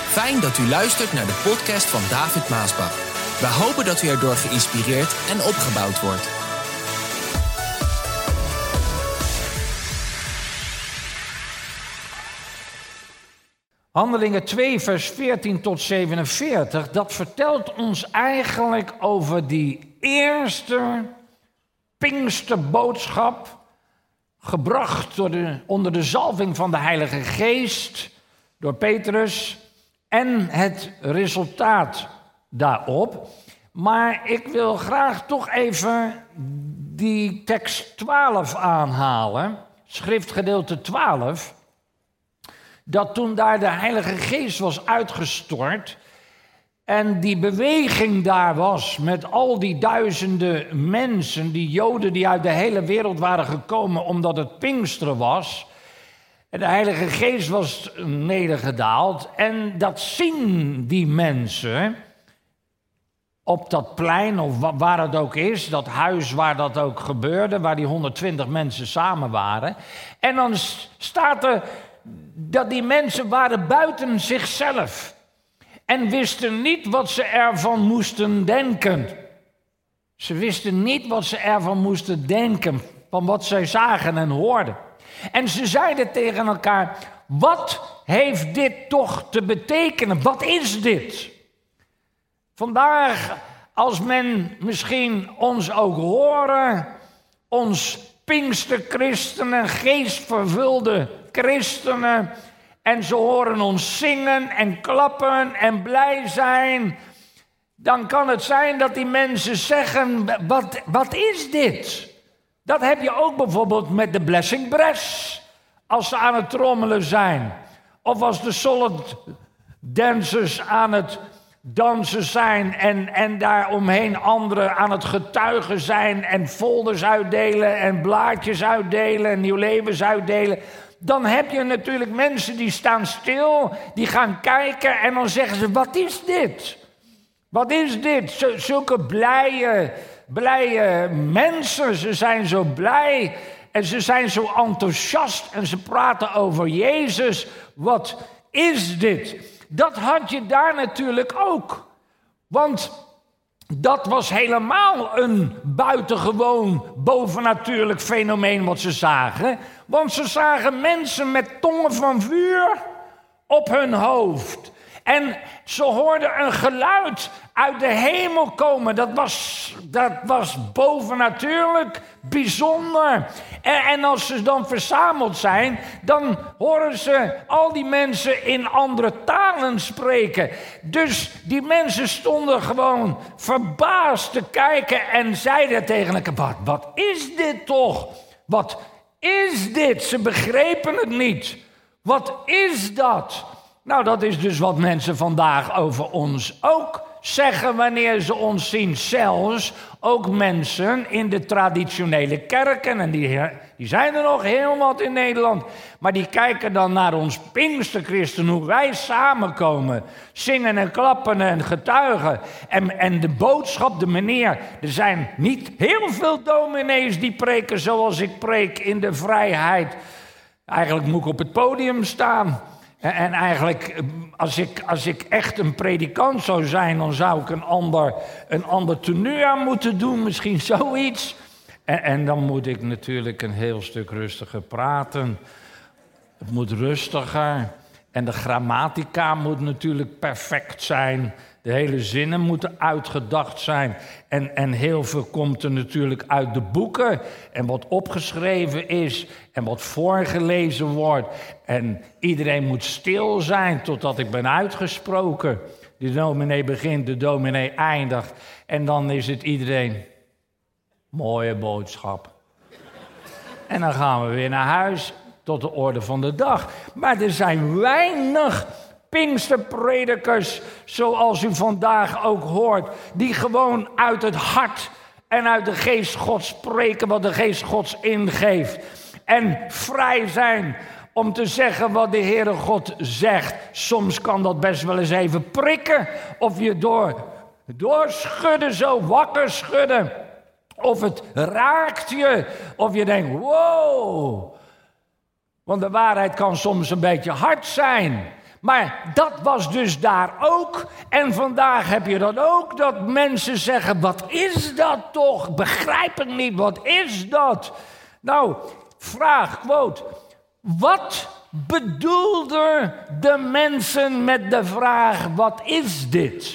Fijn dat u luistert naar de podcast van David Maasbach. We hopen dat u erdoor geïnspireerd en opgebouwd wordt. Handelingen 2 vers 14 tot 47, dat vertelt ons eigenlijk over die eerste Pinksterboodschap, gebracht onder de zalving van de Heilige Geest door Petrus en het resultaat daarop. Maar ik wil graag toch even die tekst 12 aanhalen, schriftgedeelte 12, dat toen daar de Heilige Geest was uitgestort en die beweging daar was met al die duizenden mensen, die Joden die uit de hele wereld waren gekomen omdat het Pinksteren was. En de Heilige Geest was nedergedaald en dat zien die mensen op dat plein of waar het ook is, dat huis waar dat ook gebeurde, waar die 120 mensen samen waren. En dan staat er dat die mensen waren buiten zichzelf en wisten niet wat ze ervan moesten denken. Ze wisten niet wat ze ervan moesten denken, van wat zij zagen en hoorden. En ze zeiden tegen elkaar, wat heeft dit toch te betekenen? Wat is dit? Vandaag, als men misschien ons ook horen, ons Pinksterchristenen, geestvervulde christenen, en ze horen ons zingen en klappen en blij zijn, dan kan het zijn dat die mensen zeggen, wat is dit? Dat heb je ook bijvoorbeeld met de Blessing Brass, als ze aan het trommelen zijn. Of als de solid dancers aan het dansen zijn en daaromheen anderen aan het getuigen zijn en folders uitdelen en blaadjes uitdelen en nieuw levens uitdelen. Dan heb je natuurlijk mensen die staan stil, die gaan kijken en dan zeggen ze, wat is dit? Wat is dit? Zulke blije mensen, ze zijn zo blij en ze zijn zo enthousiast en ze praten over Jezus. Wat is dit? Dat had je daar natuurlijk ook. Want dat was helemaal een buitengewoon bovennatuurlijk fenomeen wat ze zagen. Want ze zagen mensen met tongen van vuur op hun hoofd. En ze hoorden een geluid uit de hemel komen. Dat was bovennatuurlijk bijzonder. En als ze dan verzameld zijn, dan horen ze al die mensen in andere talen spreken. Dus die mensen stonden gewoon verbaasd te kijken en zeiden tegen elkaar, wat is dit toch? Wat is dit? Ze begrepen het niet. Wat is dat? Nou, dat is dus wat mensen vandaag over ons ook zeggen wanneer ze ons zien. Zelfs ook mensen in de traditionele kerken, en die zijn er nog heel wat in Nederland, maar die kijken dan naar ons Pinksterchristen, hoe wij samenkomen, zingen en klappen en getuigen. En de boodschap, de manier, er zijn niet heel veel dominees die preken zoals ik preek in de vrijheid. Eigenlijk moet ik op het podium staan. En eigenlijk, als ik echt een predikant zou zijn, dan zou ik een ander tenue aan moeten doen, misschien zoiets. En dan moet ik natuurlijk een heel stuk rustiger praten. Het moet rustiger. En de grammatica moet natuurlijk perfect zijn. De hele zinnen moeten uitgedacht zijn. En heel veel komt er natuurlijk uit de boeken. En wat opgeschreven is. En wat voorgelezen wordt. En iedereen moet stil zijn totdat ik ben uitgesproken. De dominee begint, de dominee eindigt. En dan is het iedereen. Mooie boodschap. En dan gaan we weer naar huis tot de orde van de dag. Maar er zijn weinig Pinksterpredikers, zoals u vandaag ook hoort, die gewoon uit het hart en uit de geest Gods spreken wat de geest Gods ingeeft. En vrij zijn om te zeggen wat de Heere God zegt. Soms kan dat best wel eens even prikken, of je doorschudden, zo wakker schudden. Of het raakt je, of je denkt, wow. Want de waarheid kan soms een beetje hard zijn. Maar dat was dus daar ook. En vandaag heb je dat ook, dat mensen zeggen, wat is dat toch? Ik begrijp het niet, wat is dat? Nou, vraag, quote, wat bedoelden de mensen met de vraag, wat is dit?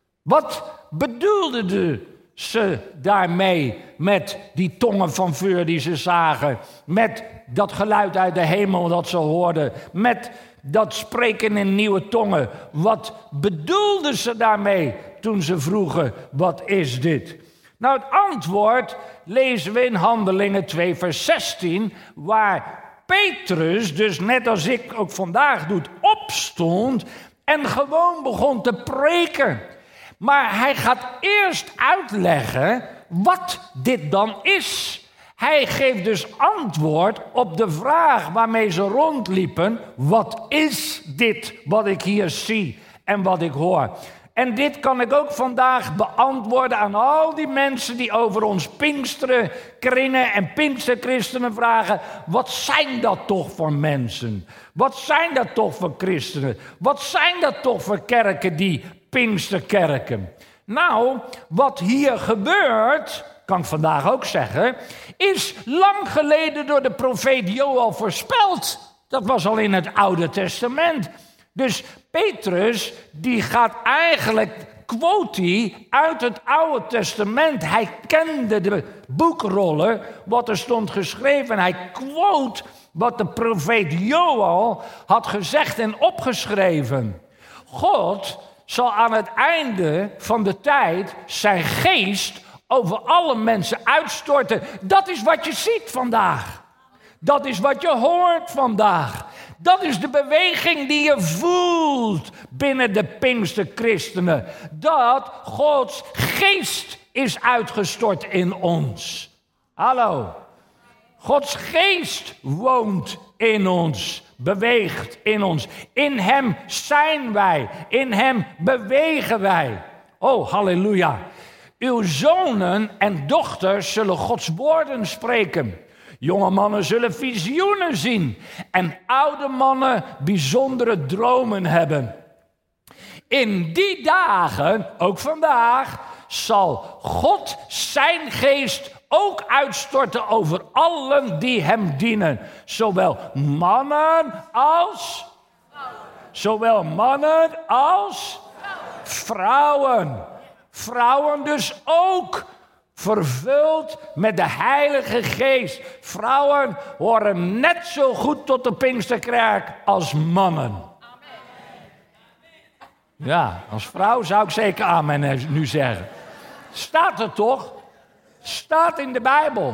Wat bedoelden ze daarmee met die tongen van vuur die ze zagen? Met dat geluid uit de hemel dat ze hoorden? Met dat spreken in nieuwe tongen? Wat bedoelden ze daarmee toen ze vroegen, wat is dit? Nou, het antwoord lezen we in Handelingen 2 vers 16, waar Petrus, dus net als ik ook vandaag doe, opstond en gewoon begon te preken. Maar hij gaat eerst uitleggen wat dit dan is. Hij geeft dus antwoord op de vraag waarmee ze rondliepen. Wat is dit wat ik hier zie en wat ik hoor? En dit kan ik ook vandaag beantwoorden aan al die mensen die over ons Pinksteren kringen en Pinksterchristenen vragen. Wat zijn dat toch voor mensen? Wat zijn dat toch voor christenen? Wat zijn dat toch voor kerken, die Pinksterkerken? Nou, wat hier gebeurt, kan ik vandaag ook zeggen, is lang geleden door de profeet Joël voorspeld. Dat was al in het Oude Testament. Dus Petrus, die gaat eigenlijk, quote hij uit het Oude Testament. Hij kende de boekrollen, wat er stond geschreven. Hij quote wat de profeet Joël had gezegd en opgeschreven. God zal aan het einde van de tijd zijn geest over alle mensen uitstorten. Dat is wat je ziet vandaag. Dat is wat je hoort vandaag. Dat is de beweging die je voelt binnen de Pinksterchristenen. Dat Gods geest is uitgestort in ons. Hallo. Gods geest woont in ons, beweegt in ons. In hem zijn wij, in hem bewegen wij. Oh, halleluja. Uw zonen en dochters zullen Gods woorden spreken. Jonge mannen zullen visioenen zien en oude mannen bijzondere dromen hebben. In die dagen, ook vandaag, zal God zijn geest ook uitstorten over allen die hem dienen. Zowel mannen als vrouwen. Vrouwen dus ook. Vervuld met de Heilige Geest. Vrouwen horen net zo goed tot de Pinksterkerk als mannen. Ja, als vrouw zou ik zeker amen nu zeggen. Staat er toch? Staat in de Bijbel.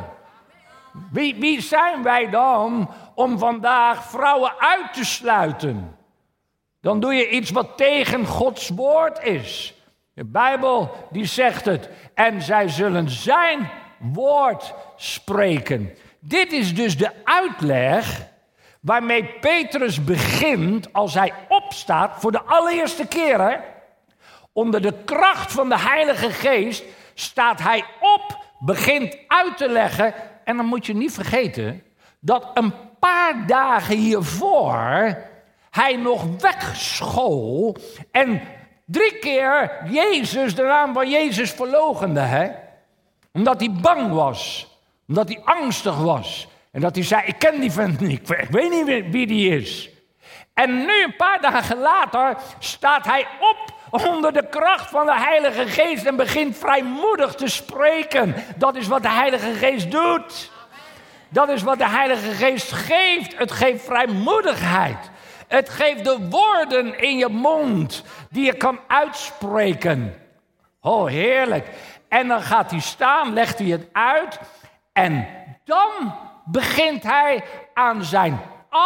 Wie zijn wij dan om vandaag vrouwen uit te sluiten? Dan doe je iets wat tegen Gods woord is. De Bijbel die zegt het. En zij zullen zijn woord spreken. Dit is dus de uitleg waarmee Petrus begint als hij opstaat voor de allereerste keer. Hè? Onder de kracht van de Heilige Geest staat hij op, begint uit te leggen. En dan moet je niet vergeten dat een paar dagen hiervoor hij nog wegschool en 3 keer Jezus, de naam van Jezus verloochende. Hè? Omdat hij bang was. Omdat hij angstig was. En dat hij zei, ik ken die vent niet. Ik weet niet wie die is. En nu een paar dagen later staat hij op onder de kracht van de Heilige Geest en begint vrijmoedig te spreken. Dat is wat de Heilige Geest doet. Dat is wat de Heilige Geest geeft. Het geeft vrijmoedigheid. Het geeft de woorden in je mond die je kan uitspreken. Oh, heerlijk. En dan gaat hij staan, legt hij het uit. En dan begint hij aan zijn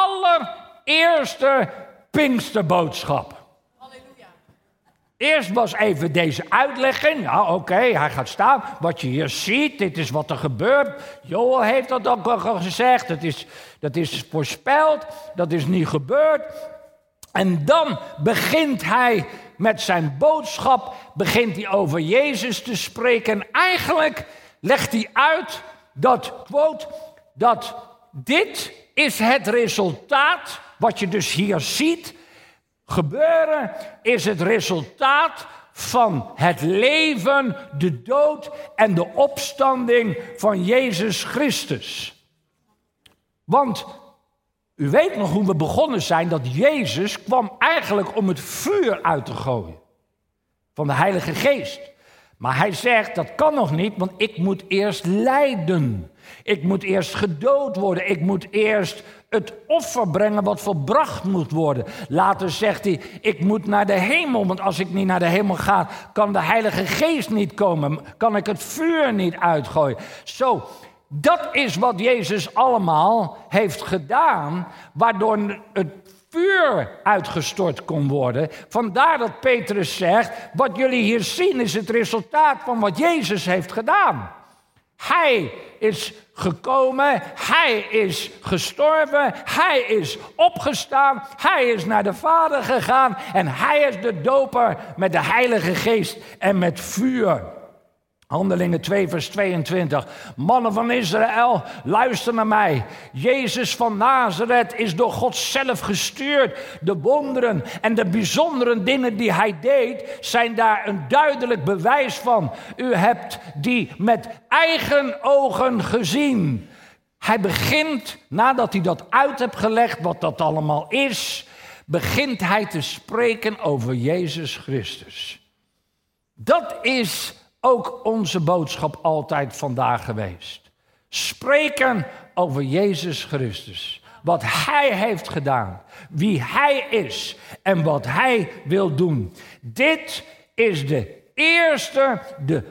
allereerste Pinksterboodschap. Halleluja. Eerst was even deze uitlegging. Ja, oké, hij gaat staan. Wat je hier ziet, dit is wat er gebeurt. Joël heeft dat ook al gezegd. Dat is voorspeld. Dat is niet gebeurd. En dan begint hij met zijn boodschap. Begint hij over Jezus te spreken. En eigenlijk legt hij uit dat, quote, dat dit is het resultaat, wat je dus hier ziet. gebeuren is het resultaat van het leven, de dood en de opstanding van Jezus Christus. Want u weet nog hoe we begonnen zijn, dat Jezus kwam eigenlijk om het vuur uit te gooien van de Heilige Geest. Maar hij zegt, dat kan nog niet, want ik moet eerst lijden. Ik moet eerst gedood worden. Ik moet eerst het offer brengen wat volbracht moet worden. Later zegt hij, ik moet naar de hemel, want als ik niet naar de hemel ga, kan de Heilige Geest niet komen. Kan ik het vuur niet uitgooien. Zo, dat is wat Jezus allemaal heeft gedaan, waardoor het vuur uitgestort kon worden. Vandaar dat Petrus zegt, wat jullie hier zien is het resultaat van wat Jezus heeft gedaan. Hij is gekomen, hij is gestorven, hij is opgestaan, hij is naar de Vader gegaan en hij is de doper met de Heilige Geest en met vuur. Handelingen 2 vers 22. Mannen van Israël, luister naar mij. Jezus van Nazareth is door God zelf gestuurd. De wonderen en de bijzondere dingen die hij deed, zijn daar een duidelijk bewijs van. U hebt die met eigen ogen gezien. Hij begint, nadat hij dat uit heeft gelegd, wat dat allemaal is, begint hij te spreken over Jezus Christus. Dat is ook onze boodschap altijd vandaag geweest. Spreken over Jezus Christus. Wat hij heeft gedaan. Wie hij is. En wat hij wil doen. Dit is de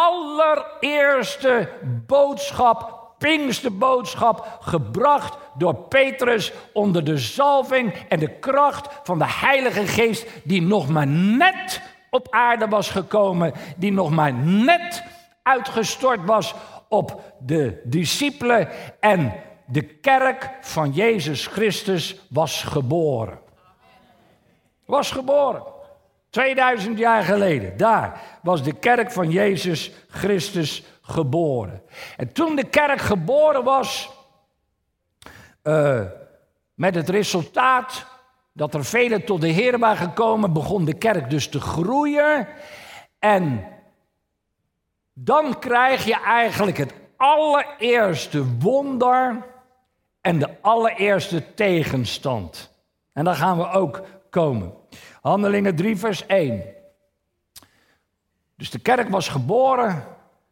allereerste boodschap, Pinksterboodschap, gebracht door Petrus onder de zalving en de kracht van de Heilige Geest, die nog maar net op aarde was gekomen, die nog maar net uitgestort was op de discipelen en de kerk van Jezus Christus was geboren. Was geboren. 2000 jaar geleden, daar was de kerk van Jezus Christus geboren. En toen de kerk geboren was, met het resultaat dat er velen tot de Heer waren gekomen, begon de kerk dus te groeien. En dan krijg je eigenlijk het allereerste wonder en de allereerste tegenstand. En daar gaan we ook komen. Handelingen 3 vers 1. Dus de kerk was geboren,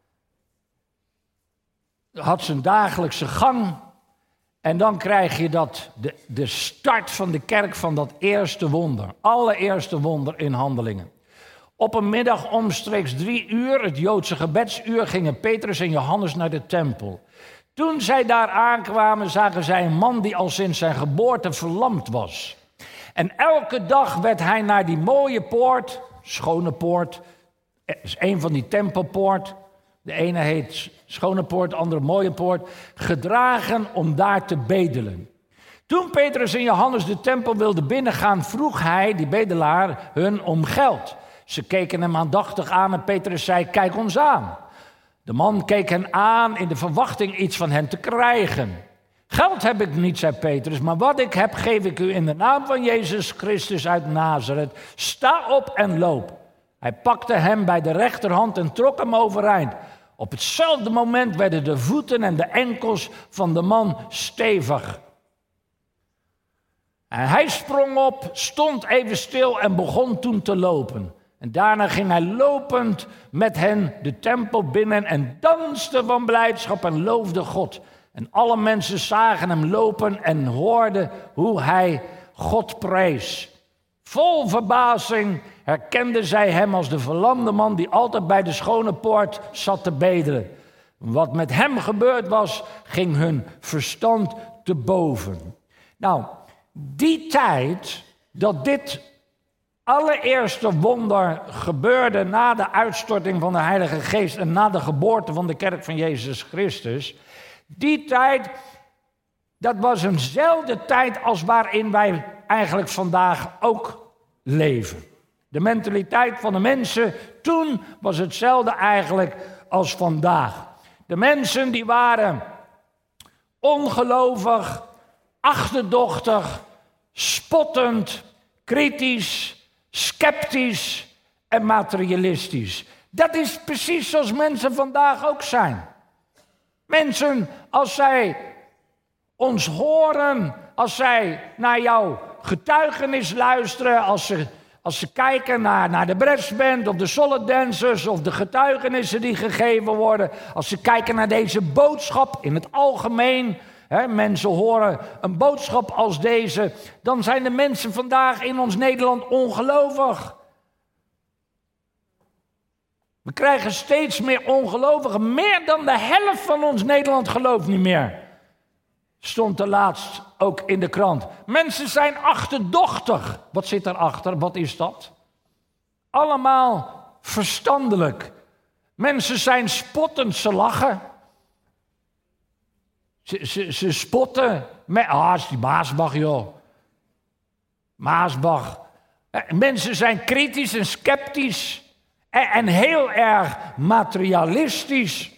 had zijn dagelijkse gang. En dan krijg je de start van de kerk van dat eerste wonder. Allereerste wonder in Handelingen. Op een middag omstreeks 3 uur, het Joodse gebedsuur, gingen Petrus en Johannes naar de tempel. Toen zij daar aankwamen, zagen zij een man die al sinds zijn geboorte verlamd was. En elke dag werd hij naar die mooie poort, schone poort, is een van die tempelpoort. De ene heet schone poort, de andere mooie poort, gedragen om daar te bedelen. Toen Petrus en Johannes de tempel wilden binnengaan, vroeg hij, die bedelaar, hun om geld. Ze keken hem aandachtig aan en Petrus zei, kijk ons aan. De man keek hen aan in de verwachting iets van hen te krijgen. Geld heb ik niet, zei Petrus, maar wat ik heb geef ik u in de naam van Jezus Christus uit Nazareth. Sta op en loop. Hij pakte hem bij de rechterhand en trok hem overeind. Op hetzelfde moment werden de voeten en de enkels van de man stevig. En hij sprong op, stond even stil en begon toen te lopen. En daarna ging hij lopend met hen de tempel binnen en danste van blijdschap en loofde God. En alle mensen zagen hem lopen en hoorden hoe hij God prees. Vol verbazing herkenden zij hem als de verlamde man die altijd bij de schone poort zat te bedelen. Wat met hem gebeurd was, ging hun verstand te boven. Nou, die tijd dat dit allereerste wonder gebeurde na de uitstorting van de Heilige Geest en na de geboorte van de kerk van Jezus Christus, die tijd, dat was eenzelfde tijd als waarin wij eigenlijk vandaag ook leven. De mentaliteit van de mensen toen was hetzelfde eigenlijk als vandaag. De mensen die waren ongelovig, achterdochtig, spottend, kritisch, sceptisch en materialistisch. Dat is precies zoals mensen vandaag ook zijn. Mensen, als zij ons horen, als zij naar jouw getuigenis luisteren, als ze kijken naar de brassband of de solid dancers of de getuigenissen die gegeven worden, als ze kijken naar deze boodschap in het algemeen, mensen horen een boodschap als deze, dan zijn de mensen vandaag in ons Nederland ongelovig. We krijgen steeds meer ongelovigen. Meer dan de helft van ons Nederland gelooft niet meer. Stond er laatst ook in de krant. Mensen zijn achterdochtig. Wat zit erachter? Wat is dat? Allemaal verstandelijk. Mensen zijn spottend, ze lachen. Ze spotten. Is die Maasbach, joh. Maasbach. Mensen zijn kritisch en sceptisch. En heel erg materialistisch.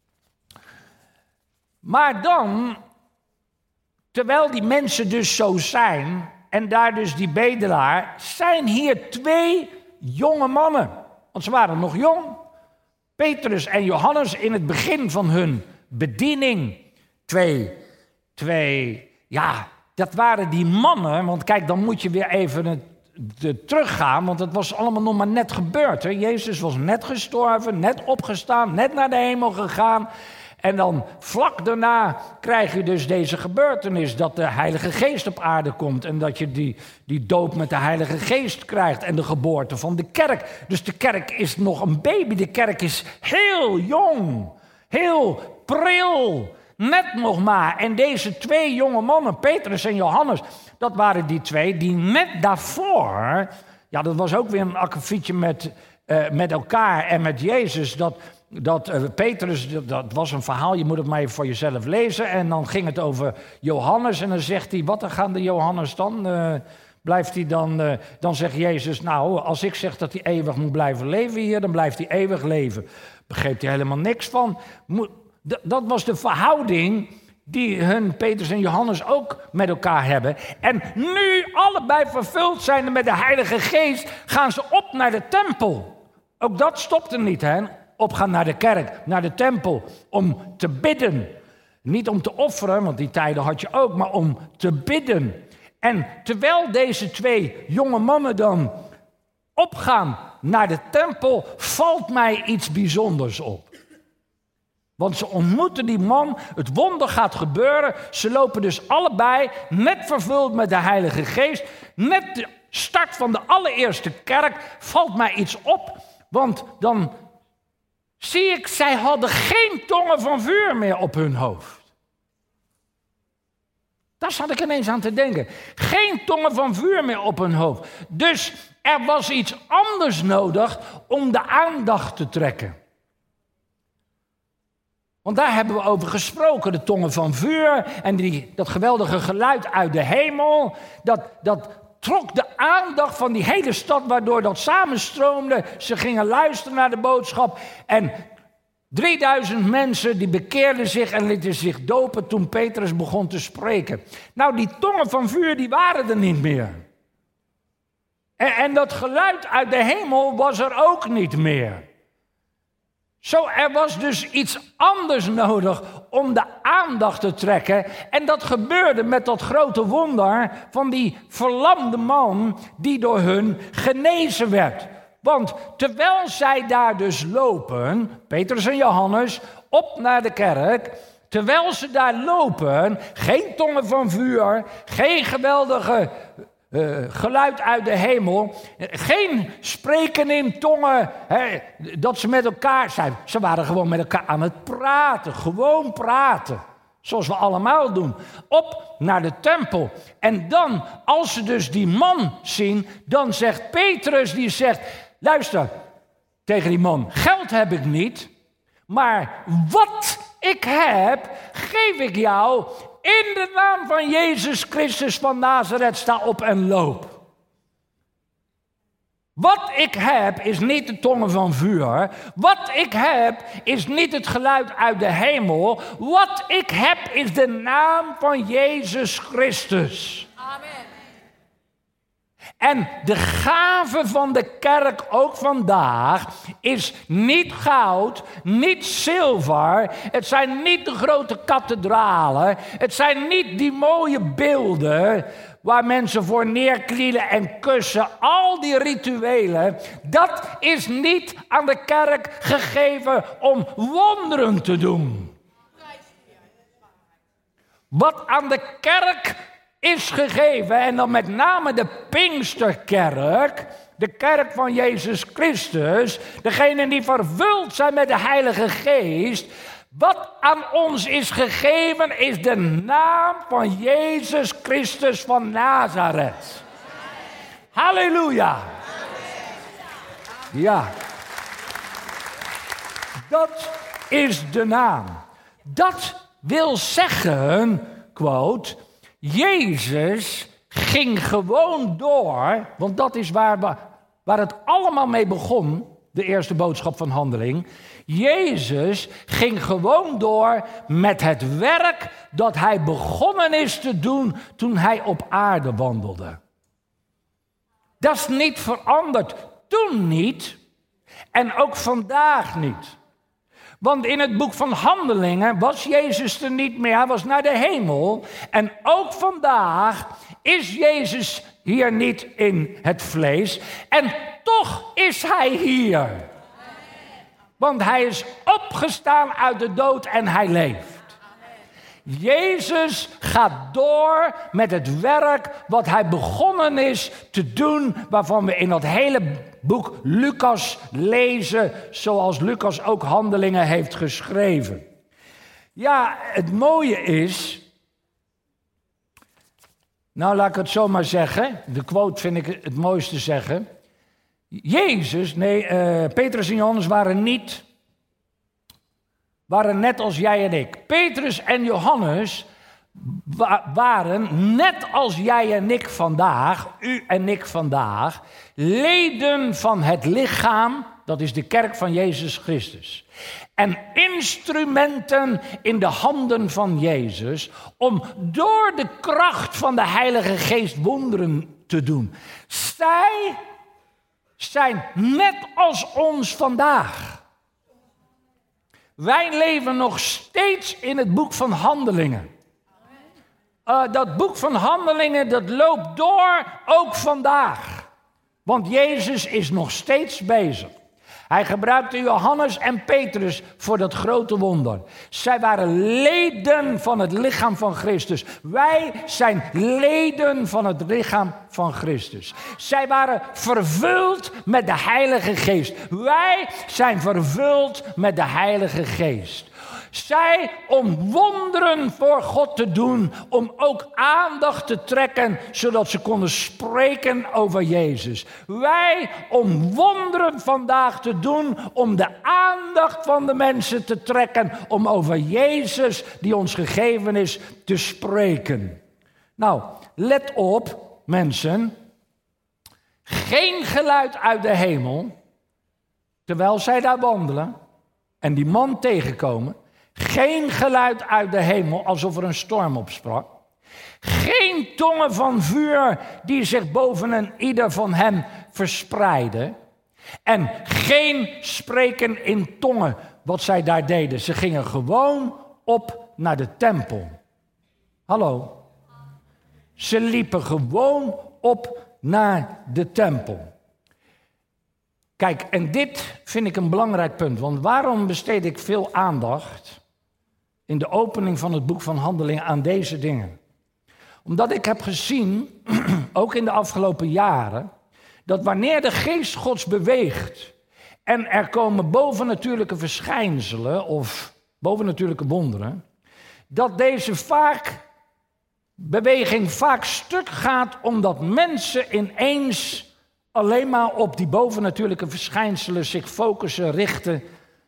Maar dan, terwijl die mensen dus zo zijn, en daar dus die bedelaar, zijn hier 2 jonge mannen. Want ze waren nog jong. Petrus en Johannes in het begin van hun bediening. Twee, dat waren die mannen. Want kijk, dan moet je weer even teruggaan, want het was allemaal nog maar net gebeurd. Hè? Jezus was net gestorven, net opgestaan, net naar de hemel gegaan. En dan vlak daarna krijg je dus deze gebeurtenis, dat de Heilige Geest op aarde komt en dat je die doop met de Heilige Geest krijgt en de geboorte van de kerk. Dus de kerk is nog een baby, de kerk is heel jong, heel pril, net nog maar. En deze 2 jonge mannen, Petrus en Johannes, dat waren die 2 die net daarvoor, dat was ook weer een akkefietje met elkaar en met Jezus, dat Petrus, dat was een verhaal, je moet het maar even voor jezelf lezen. En dan ging het over Johannes en dan zegt hij, wat gaan de Johannes dan? Blijft hij dan zegt Jezus, nou, als ik zeg dat hij eeuwig moet blijven leven hier, dan blijft hij eeuwig leven. Begreep hij helemaal niks van. Dat was de verhouding die Petrus en Johannes ook met elkaar hebben. En nu allebei vervuld zijn met de Heilige Geest, gaan ze op naar de tempel. Ook dat stopte niet, hè? Opgaan naar de kerk, naar de tempel, om te bidden. Niet om te offeren, want die tijden had je ook, maar om te bidden. En terwijl deze 2 jonge mannen dan opgaan naar de tempel, valt mij iets bijzonders op. Want ze ontmoeten die man, het wonder gaat gebeuren. Ze lopen dus allebei, net vervuld met de Heilige Geest. Net de start van de allereerste kerk, valt mij iets op. Want dan zie ik, zij hadden geen tongen van vuur meer op hun hoofd. Daar zat ik ineens aan te denken. Geen tongen van vuur meer op hun hoofd. Dus er was iets anders nodig om de aandacht te trekken. Want daar hebben we over gesproken, de tongen van vuur en dat geweldige geluid uit de hemel. Dat trok de aandacht van die hele stad, waardoor dat samenstroomde. Ze gingen luisteren naar de boodschap en 3000 mensen die bekeerden zich en lieten zich dopen toen Petrus begon te spreken. Nou, die tongen van vuur, die waren er niet meer. En dat geluid uit de hemel was er ook niet meer. Er was dus iets anders nodig om de aandacht te trekken. En dat gebeurde met dat grote wonder van die verlamde man die door hun genezen werd. Want terwijl zij daar dus lopen, Petrus en Johannes, op naar de kerk, terwijl ze daar lopen, geen tongen van vuur, geen geweldige geluid uit de hemel, geen spreken in tongen, dat ze met elkaar zijn. Ze waren gewoon met elkaar aan het praten, gewoon praten. Zoals we allemaal doen. Op naar de tempel. En dan, als ze dus die man zien, dan zegt Petrus, die zegt, luister tegen die man, geld heb ik niet, maar wat ik heb, geef ik jou. In de naam van Jezus Christus van Nazareth, sta op en loop. Wat ik heb is niet de tongen van vuur. Wat ik heb is niet het geluid uit de hemel. Wat ik heb is de naam van Jezus Christus. Amen. En de gave van de kerk ook vandaag is niet goud, niet zilver. Het zijn niet de grote kathedralen. Het zijn niet die mooie beelden waar mensen voor neerknielen en kussen. Al die rituelen, dat is niet aan de kerk gegeven om wonderen te doen. Wat aan de kerk is gegeven, en dan met name de Pinksterkerk, de kerk van Jezus Christus, degenen die vervuld zijn met de Heilige Geest, wat aan ons is gegeven is de naam van Jezus Christus van Nazareth. Halleluja. Ja. Dat is de naam. Dat wil zeggen, quote, Jezus ging gewoon door, want dat is waar het allemaal mee begon, de eerste boodschap van Handeling. Jezus ging gewoon door met het werk dat hij begonnen is te doen toen hij op aarde wandelde. Dat is niet veranderd. Toen niet en ook vandaag niet. Want in het boek van Handelingen was Jezus er niet meer. Hij was naar de hemel. En ook vandaag is Jezus hier niet in het vlees. En toch is hij hier. Want hij is opgestaan uit de dood en hij leeft. Jezus gaat door met het werk wat hij begonnen is te doen, waarvan we in dat hele boek Lucas lezen, zoals Lucas ook Handelingen heeft geschreven. Ja, het mooie is, nou laat ik het zo maar zeggen, de quote vind ik het mooiste zeggen. Petrus en Johannes waren net als jij en ik. Petrus en Johannes waren net als jij en ik vandaag, u en ik vandaag, leden van het lichaam, dat is de kerk van Jezus Christus. En instrumenten in de handen van Jezus om door de kracht van de Heilige Geest wonderen te doen. Zij zijn net als ons vandaag. Wij leven nog steeds in het boek van Handelingen. Dat boek van Handelingen, dat loopt door ook vandaag. Want Jezus is nog steeds bezig. Hij gebruikte Johannes en Petrus voor dat grote wonder. Zij waren leden van het lichaam van Christus. Wij zijn leden van het lichaam van Christus. Zij waren vervuld met de Heilige Geest. Wij zijn vervuld met de Heilige Geest. Zij om wonderen voor God te doen, om ook aandacht te trekken, zodat ze konden spreken over Jezus. Wij om wonderen vandaag te doen, om de aandacht van de mensen te trekken, om over Jezus, die ons gegeven is, te spreken. Nou, let op, mensen. Geen geluid uit de hemel, terwijl zij daar wandelen en die man tegenkomen. Geen geluid uit de hemel, alsof er een storm opsprak. Geen tongen van vuur die zich boven een ieder van hen verspreidden. En geen spreken in tongen, wat zij daar deden. Ze gingen gewoon op naar de tempel. Hallo. Ze liepen gewoon op naar de tempel. Kijk, en dit vind ik een belangrijk punt. Want waarom besteed ik veel aandacht in de opening van het boek van Handelingen aan deze dingen? Omdat ik heb gezien, ook in de afgelopen jaren, dat wanneer de geest Gods beweegt en er komen bovennatuurlijke verschijnselen of bovennatuurlijke wonderen, dat deze beweging vaak stuk gaat omdat mensen ineens alleen maar op die bovennatuurlijke verschijnselen zich focussen, richten.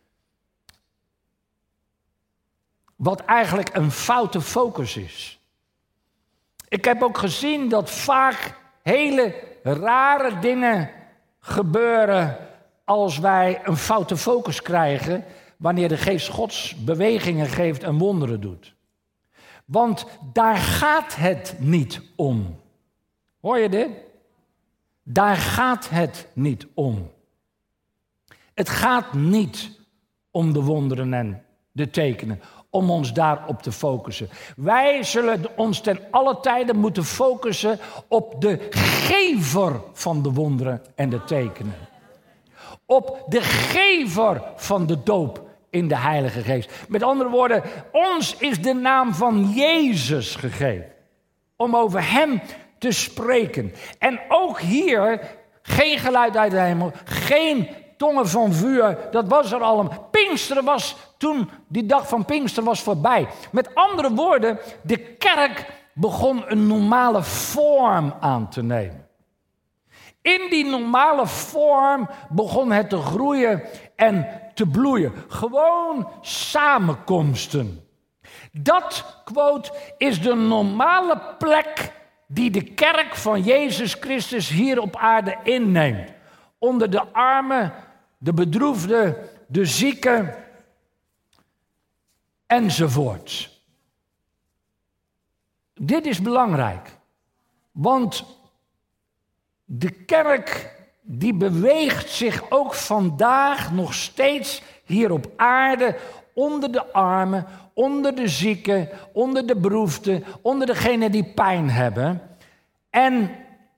Wat eigenlijk een foute focus is. Ik heb ook gezien dat vaak hele rare dingen gebeuren als wij een foute focus krijgen wanneer de geest Gods bewegingen geeft en wonderen doet. Want daar gaat het niet om. Hoor je dit? Daar gaat het niet om. Het gaat niet om de wonderen en de tekenen, om ons daarop te focussen. Wij zullen ons ten alle tijden moeten focussen op de gever van de wonderen en de tekenen. Op de gever van de doop in de Heilige Geest. Met andere woorden, ons is de naam van Jezus gegeven. Om over hem te spreken. En ook hier, geen geluid uit de hemel, geen tongen van vuur, dat was er allemaal. Pinksteren was toen, die dag van Pinksteren was voorbij. Met andere woorden, de kerk begon een normale vorm aan te nemen. In die normale vorm begon het te groeien en te bloeien. Gewoon samenkomsten. Dat, quote, is de normale plek die de kerk van Jezus Christus hier op aarde inneemt. Onder de armen, de bedroefden, de zieken, enzovoort. Dit is belangrijk, want de kerk die beweegt zich ook vandaag nog steeds hier op aarde onder de armen, onder de zieken, onder de bedroefden, onder degenen die pijn hebben. En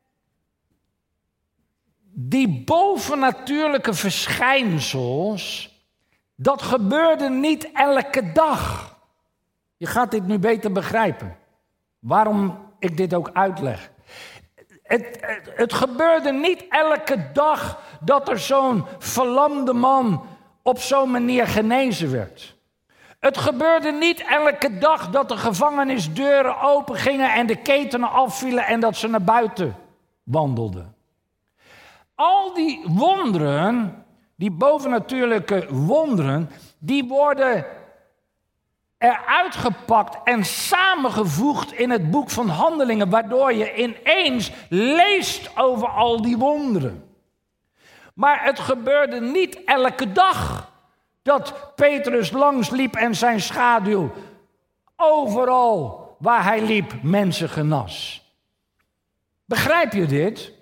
die bovennatuurlijke verschijnsels, dat gebeurde niet elke dag. Je gaat dit nu beter begrijpen. Waarom ik dit ook uitleg. Het gebeurde niet elke dag dat er zo'n verlamde man op zo'n manier genezen werd. Het gebeurde niet elke dag dat de gevangenisdeuren open gingen en de ketenen afvielen en dat ze naar buiten wandelden. Al die wonderen, die bovennatuurlijke wonderen, die worden eruit gepakt en samengevoegd in het boek van Handelingen, waardoor je ineens leest over al die wonderen. Maar het gebeurde niet elke dag dat Petrus langsliep en zijn schaduw overal waar hij liep mensen genas. Begrijp je dit?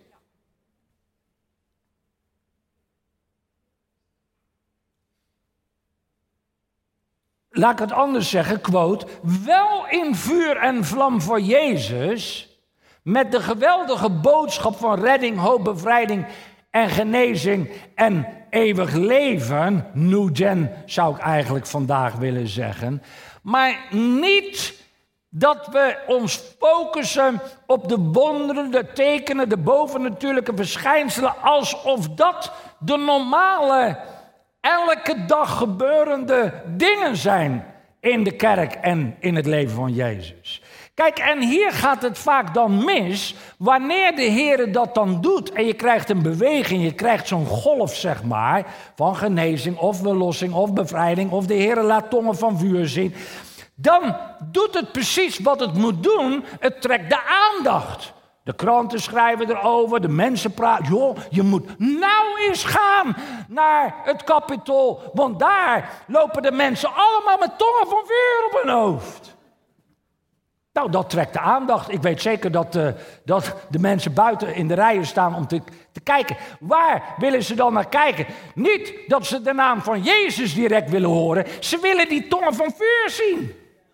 Laat ik het anders zeggen, quote, wel in vuur en vlam voor Jezus, met de geweldige boodschap van redding, hoop, bevrijding en genezing en eeuwig leven, new gen zou ik eigenlijk vandaag willen zeggen, maar niet dat we ons focussen op de wonderen, de tekenen, de bovennatuurlijke verschijnselen, alsof dat de normale, elke dag gebeurende dingen zijn in de kerk en in het leven van Jezus. Kijk, en hier gaat het vaak dan mis, wanneer de Heer dat dan doet en je krijgt een beweging, je krijgt zo'n golf, zeg maar, van genezing of verlossing of bevrijding of de Heer laat tongen van vuur zien, dan doet het precies wat het moet doen, het trekt de aandacht. De kranten schrijven erover, de mensen praten. Joh, je moet nou eens gaan naar het Capitool, want daar lopen de mensen allemaal met tongen van vuur op hun hoofd. Nou, dat trekt de aandacht. Ik weet zeker dat de mensen buiten in de rijen staan om te kijken. Waar willen ze dan naar kijken? Niet dat ze de naam van Jezus direct willen horen. Ze willen die tongen van vuur zien.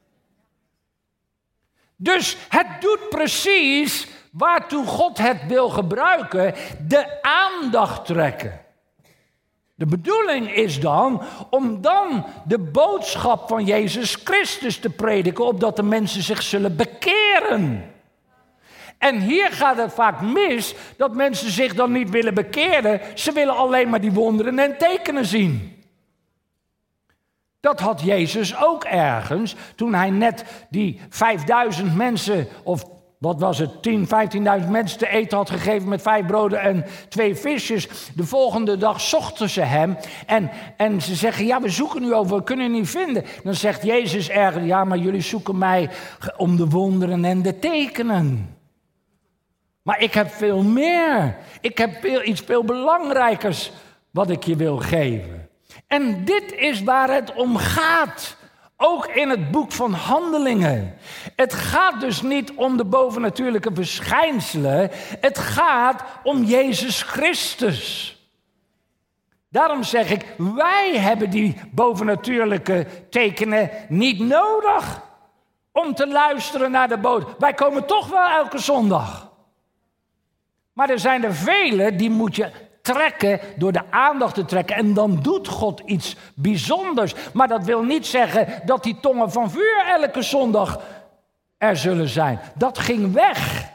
Dus het doet precies waartoe God het wil gebruiken, de aandacht trekken. De bedoeling is dan om dan de boodschap van Jezus Christus te prediken, opdat de mensen zich zullen bekeren. En hier gaat het vaak mis dat mensen zich dan niet willen bekeren. Ze willen alleen maar die wonderen en tekenen zien. Dat had Jezus ook ergens toen hij net die 5000 mensen, of wat was het, 15.000 mensen te eten had gegeven met 5 broden en 2 visjes. De volgende dag zochten ze hem en ze zeggen, ja, we zoeken u over, we kunnen u niet vinden. Dan zegt Jezus ergens, ja, maar jullie zoeken mij om de wonderen en de tekenen. Maar ik heb veel meer. Ik heb iets veel belangrijkers wat ik je wil geven. En dit is waar het om gaat Ook in het boek van Handelingen. Het gaat dus niet om de bovennatuurlijke verschijnselen. Het gaat om Jezus Christus. Daarom zeg ik, wij hebben die bovennatuurlijke tekenen niet nodig om te luisteren naar de boodschap. Wij komen toch wel elke zondag. Maar er zijn er vele die moet je trekken, door de aandacht te trekken. En dan doet God iets bijzonders. Maar dat wil niet zeggen dat die tongen van vuur elke zondag er zullen zijn. Dat ging weg.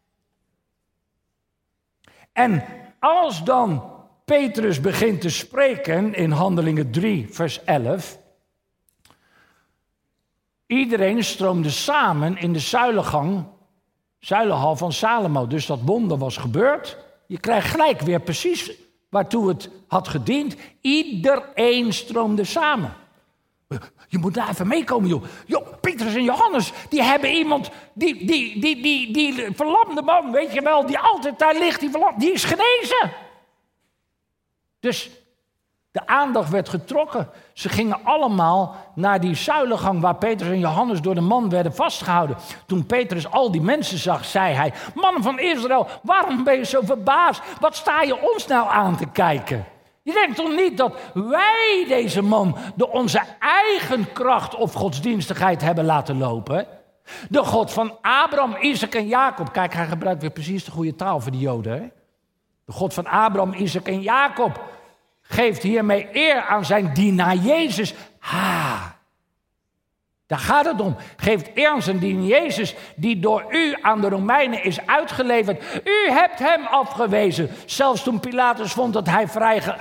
En als dan Petrus begint te spreken in Handelingen 3, vers 11. Iedereen stroomde samen in de zuilenhal van Salomo. Dus dat wonder was gebeurd. Je krijgt gelijk weer precies waartoe het had gediend. Iedereen stroomde samen. Je moet daar even meekomen, joh. Joh, Petrus en Johannes, die hebben iemand, die verlamde man, weet je wel, die altijd daar ligt, die is genezen. Dus de aandacht werd getrokken. Ze gingen allemaal naar die zuilengang waar Petrus en Johannes door de man werden vastgehouden. Toen Petrus al die mensen zag, zei hij: mannen van Israël, waarom ben je zo verbaasd? Wat sta je ons nou aan te kijken? Je denkt toch niet dat wij deze man door onze eigen kracht of godsdienstigheid hebben laten lopen? De God van Abraham, Isaac en Jacob. Kijk, hij gebruikt weer precies de goede taal voor de Joden. Hè? De God van Abraham, Isaac en Jacob geeft hiermee eer aan zijn dienaar Jezus. Daar gaat het om. Geeft eer aan zijn dienaar Jezus, die door u aan de Romeinen is uitgeleverd. U hebt hem afgewezen. Zelfs toen Pilatus vond dat hij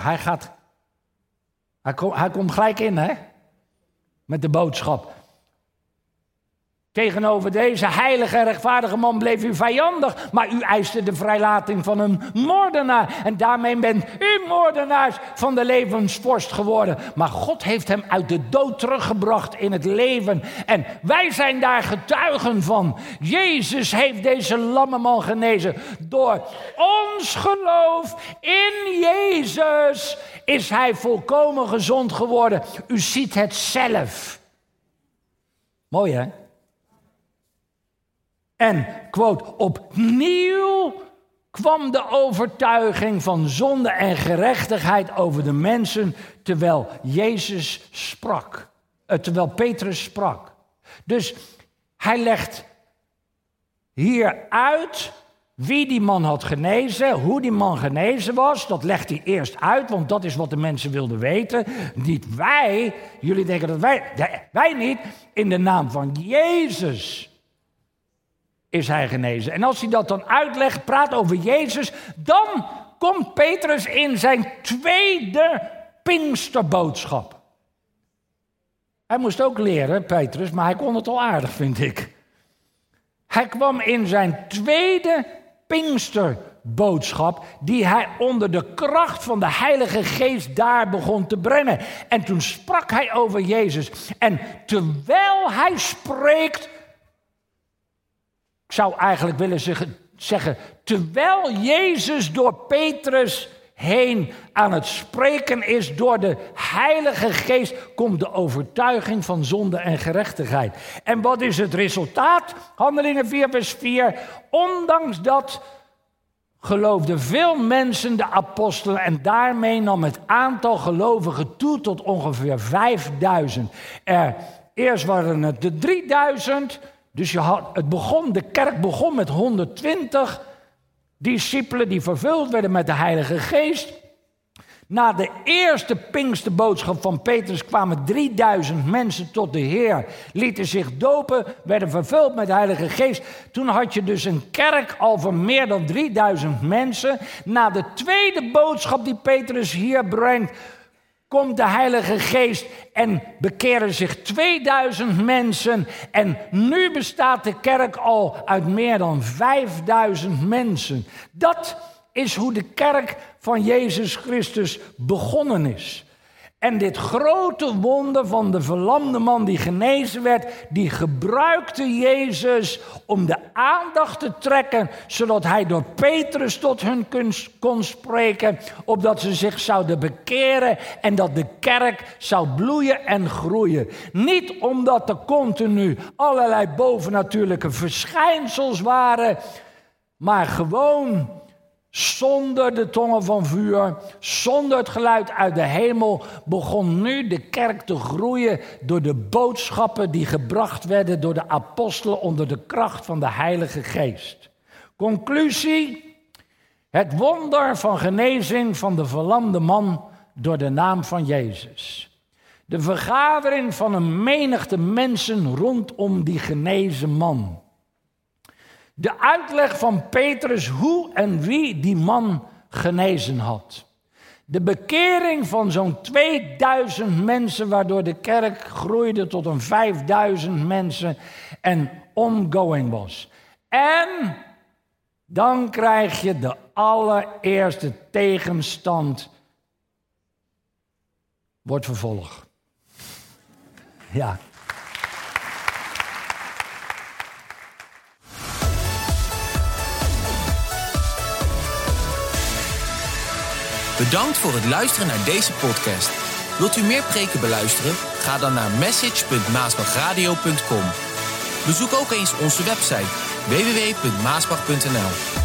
Hij komt gelijk in, hè? Met de boodschap. Tegenover deze heilige en rechtvaardige man bleef u vijandig, maar u eiste de vrijlating van een moordenaar. En daarmee bent u moordenaars van de levensvorst geworden. Maar God heeft hem uit de dood teruggebracht in het leven. En wij zijn daar getuigen van. Jezus heeft deze lamme man genezen. Door ons geloof in Jezus is hij volkomen gezond geworden. U ziet het zelf. Mooi, hè? En, quote, opnieuw kwam de overtuiging van zonde en gerechtigheid over de mensen terwijl Jezus sprak. Terwijl Petrus sprak. Dus hij legt hier uit wie die man had genezen, hoe die man genezen was. Dat legt hij eerst uit, want dat is wat de mensen wilden weten. Niet wij, jullie denken dat wij niet, in de naam van Jezus is hij genezen. En als hij dat dan uitlegt, praat over Jezus, dan komt Petrus in zijn tweede Pinksterboodschap. Hij moest ook leren, Petrus, maar hij kon het al aardig, vind ik. Hij kwam in zijn tweede Pinksterboodschap, die hij onder de kracht van de Heilige Geest daar begon te brengen. En toen sprak hij over Jezus. En terwijl hij spreekt, ik zou eigenlijk willen zeggen, terwijl Jezus door Petrus heen aan het spreken is door de Heilige Geest, komt de overtuiging van zonde en gerechtigheid. En wat is het resultaat? Handelingen 4 vers 4. Ondanks dat geloofden veel mensen de apostelen en daarmee nam het aantal gelovigen toe tot ongeveer 5000. Eerst waren het de 3000... Dus de kerk begon met 120 discipelen die vervuld werden met de Heilige Geest. Na de eerste Pinksterboodschap van Petrus kwamen 3000 mensen tot de Heer, lieten zich dopen, werden vervuld met de Heilige Geest. Toen had je dus een kerk al van meer dan 3000 mensen. Na de tweede boodschap die Petrus hier brengt, komt de Heilige Geest en bekeren zich 2000 mensen. En nu bestaat de kerk al uit meer dan 5000 mensen. Dat is hoe de kerk van Jezus Christus begonnen is. En dit grote wonder van de verlamde man die genezen werd, die gebruikte Jezus om de aandacht te trekken, zodat hij door Petrus tot hun kon spreken, opdat ze zich zouden bekeren en dat de kerk zou bloeien en groeien. Niet omdat er continu allerlei bovennatuurlijke verschijnsels waren, maar gewoon zonder de tongen van vuur, zonder het geluid uit de hemel, begon nu de kerk te groeien door de boodschappen die gebracht werden door de apostelen onder de kracht van de Heilige Geest. Conclusie: het wonder van genezing van de verlamde man door de naam van Jezus. De vergadering van een menigte mensen rondom die genezen man. De uitleg van Petrus hoe en wie die man genezen had. De bekering van zo'n 2000 mensen, waardoor de kerk groeide tot een 5000 mensen en ongoing was. En dan krijg je de allereerste tegenstand. Wordt vervolgd. Ja. Bedankt voor het luisteren naar deze podcast. Wilt u meer preken beluisteren? Ga dan naar message.maasbachradio.com. Bezoek ook eens onze website www.maasbach.nl.